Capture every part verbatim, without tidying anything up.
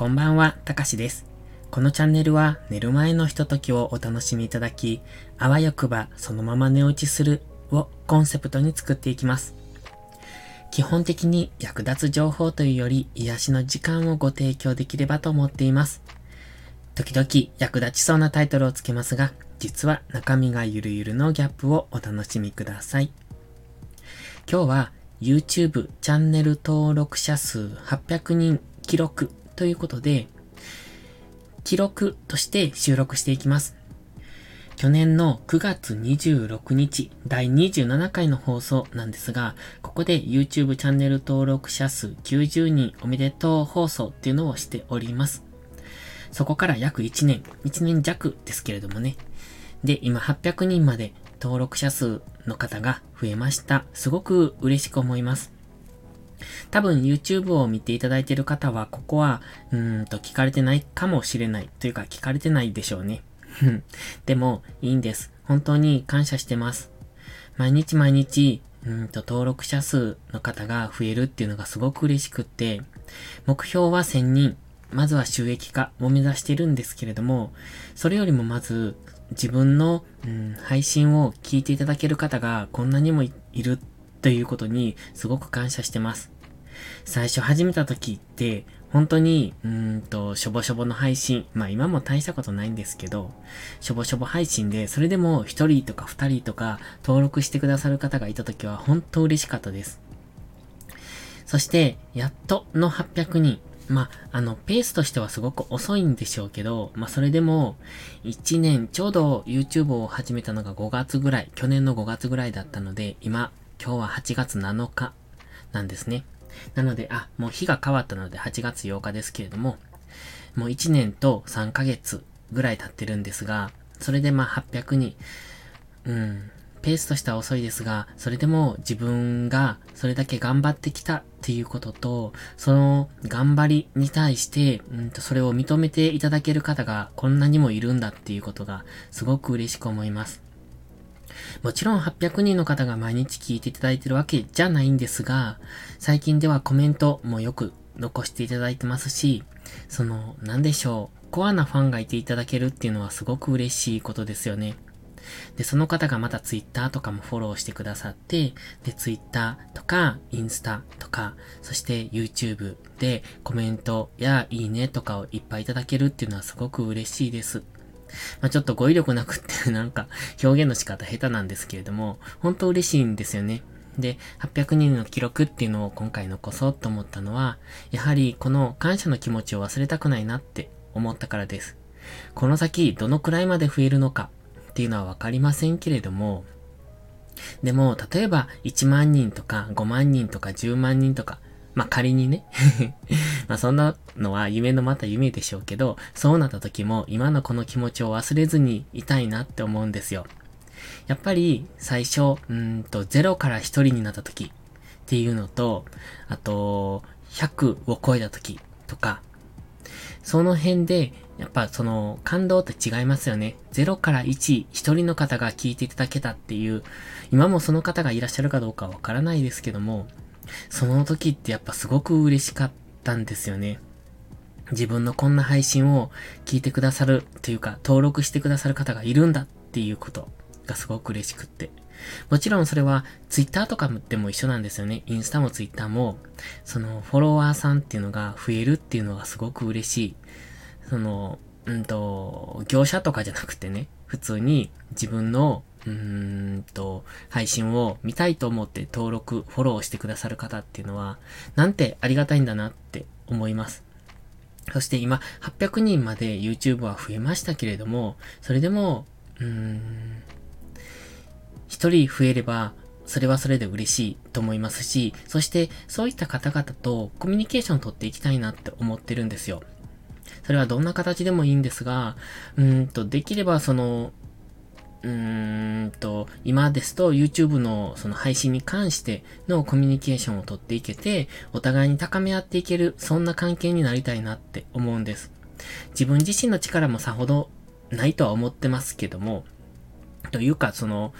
こんばんは、たかしです。このチャンネルは寝る前のひとときをお楽しみいただき、あわよくばそのまま寝落ちするをコンセプトに作っていきます。基本的に役立つ情報というより癒しの時間をご提供できればと思っています。時々役立ちそうなタイトルをつけますが、実は中身がゆるゆるのギャップをお楽しみください。今日は YouTube チャンネル登録者数はっぴゃくにん記録ということで、記録として収録していきます。去年のくがつにじゅうろくにちだいにじゅうななかいの放送なんですが、ここで YouTube チャンネル登録者数きゅうじゅうにんおめでとう放送っていうのをしております。そこから約いちねん、いちねんじゃくですけれどもね。で、今はっぴゃくにんまで登録者数の方が増えました。すごく嬉しく思います。多分 YouTube を見ていただいている方は、ここは、うーんと聞かれてないかもしれない。というか聞かれてないでしょうね。でも、いいんです。本当に感謝してます。毎日毎日、うーんと登録者数の方が増えるっていうのがすごく嬉しくって、目標はせんにん。まずは収益化を目指しているんですけれども、それよりもまず、自分の、うん、配信を聞いていただける方がこんなにも い, いるということにすごく感謝してます。最初始めた時って本当にうーんとしょぼしょぼの配信、まあ今も大したことないんですけど、しょぼしょぼ配信でそれでもひとりとかふたりとか登録してくださる方がいた時は本当嬉しかったです。そしてやっとのはっぴゃくにん。まあ、あの、ペースとしてはすごく遅いんでしょうけど、まあ、それでも、いちねん、ちょうど YouTube を始めたのがごがつぐらい、去年のごがつぐらいだったので、今、今日ははちがつなのかなんですね。なので、あ、もう日が変わったのではちがつようかですけれども、もういちねんとさんかげつぐらい経ってるんですが、それでまあはっぴゃくにん、うん、ペースとしては遅いですが、それでも自分がそれだけ頑張ってきたっていうことと、その頑張りに対して、うんとそれを認めていただける方がこんなにもいるんだっていうことがすごく嬉しく思います。もちろんはっぴゃくにんの方が毎日聞いていただいてるわけじゃないんですが、最近ではコメントもよく残していただいてますし、その、なんでしょう、コアなファンがいていただけるっていうのはすごく嬉しいことですよね。で、その方がまたツイッターとかもフォローしてくださって、で、ツイッターとか、インスタとか、そして YouTube でコメントやいいねとかをいっぱいいただけるっていうのはすごく嬉しいです。まあ、ちょっと語彙力なくってなんか表現の仕方下手なんですけれども、本当嬉しいんですよね。で、はっぴゃくにんの記録っていうのを今回残そうと思ったのは、やはりこの感謝の気持ちを忘れたくないなって思ったからです。この先どのくらいまで増えるのかっていうのはわかりませんけれども、でも例えばいちまんにんとかごまんにんとかじゅうまんにんとか、まあ、仮にねまあそんなのは夢のまた夢でしょうけど、そうなった時も今のこの気持ちを忘れずにいたいなって思うんですよ。やっぱり最初、うーんとゼロからひとりになった時っていうのと、あとひゃくを超えた時とか、その辺でやっぱその感動って違いますよね。ゼロからいち、ひとりの方が聞いていただけたっていう、今もその方がいらっしゃるかどうかわからないですけども、その時ってやっぱすごく嬉しかったんですよね。自分のこんな配信を聞いてくださるというか登録してくださる方がいるんだっていうことがすごく嬉しくって。もちろんそれは Twitter とかでも一緒なんですよね。インスタも Twitter もそのフォロワーさんっていうのが増えるっていうのがすごく嬉しい。その、うんと、業者とかじゃなくてね、普通に自分のうーんと、配信を見たいと思って登録、フォローしてくださる方っていうのは、なんてありがたいんだなって思います。そして今、はっぴゃくにんまで YouTube は増えましたけれども、それでも、うーん、一人増えれば、それはそれで嬉しいと思いますし、そしてそういった方々とコミュニケーションを取っていきたいなって思ってるんですよ。それはどんな形でもいいんですが、うーんと、できればその、うーんと、今ですと YouTube のその配信に関してのコミュニケーションを取っていけて、お互いに高め合っていける、そんな関係になりたいなって思うんです。自分自身の力もさほどないとは思ってますけども、というかその、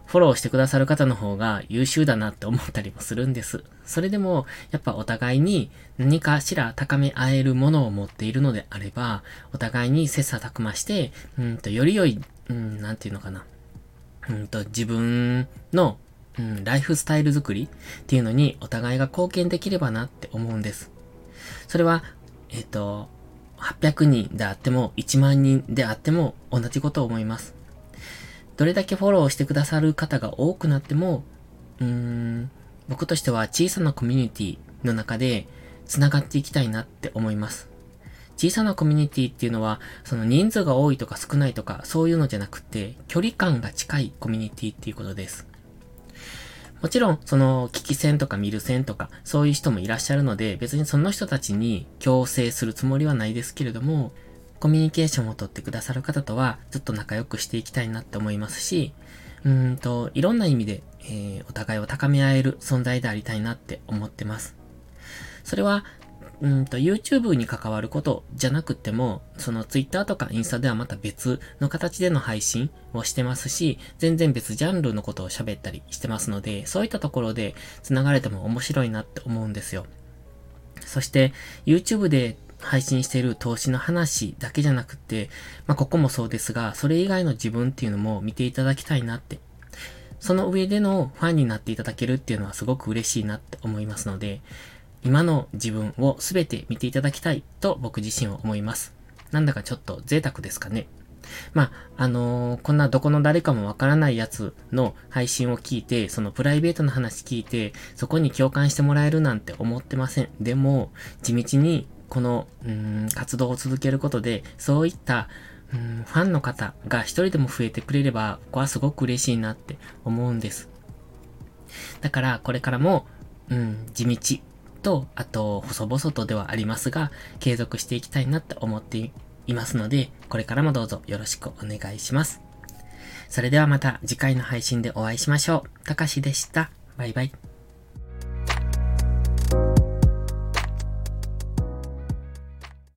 フォローしてくださる方の方が優秀だなって思ったりもするんです。それでも、やっぱお互いに何かしら高め合えるものを持っているのであれば、お互いに切磋琢磨して、うんと、より良い、うん、なんていうのかな。うんと、自分の、うん、ライフスタイル作りっていうのにお互いが貢献できればなって思うんです。それは、えっと、はっぴゃくにんであっても、いちまんにんであっても同じことを思います。どれだけフォローしてくださる方が多くなっても、うーん、僕としては小さなコミュニティの中で繋がっていきたいなって思います。小さなコミュニティっていうのは、その人数が多いとか少ないとか、そういうのじゃなくて、距離感が近いコミュニティっていうことです。もちろん、その、聞き戦とか見る戦とか、そういう人もいらっしゃるので、別にその人たちに強制するつもりはないですけれども、コミュニケーションをとってくださる方とは、ずっと仲良くしていきたいなって思いますし、うーんと、いろんな意味で、えー、お互いを高め合える存在でありたいなって思ってます。それは、うんと、YouTube に関わることじゃなくても、その Twitter とかインスタではまた別の形での配信をしてますし、全然別ジャンルのことを喋ったりしてますので、そういったところで繋がれても面白いなって思うんですよ。そして、YouTube で配信している投資の話だけじゃなくて、まあ、ここもそうですが、それ以外の自分っていうのも見ていただきたいなって。その上でのファンになっていただけるっていうのはすごく嬉しいなって思いますので、今の自分をすべて見ていただきたいと僕自身は思います。なんだかちょっと贅沢ですかね。まあ、あのー、こんなどこの誰かもわからないやつの配信を聞いて、そのプライベートの話聞いて、そこに共感してもらえるなんて思ってません。でも、地道にこの、うーん、活動を続けることで、そういった、うーん、ファンの方が一人でも増えてくれれば、僕はすごく嬉しいなって思うんです。だから、これからも、うん、地道と、あと、細々とではありますが、継続していきたいなって思っていますので、これからもどうぞよろしくお願いします。それではまた次回の配信でお会いしましょう。たかしでした。バイバイ。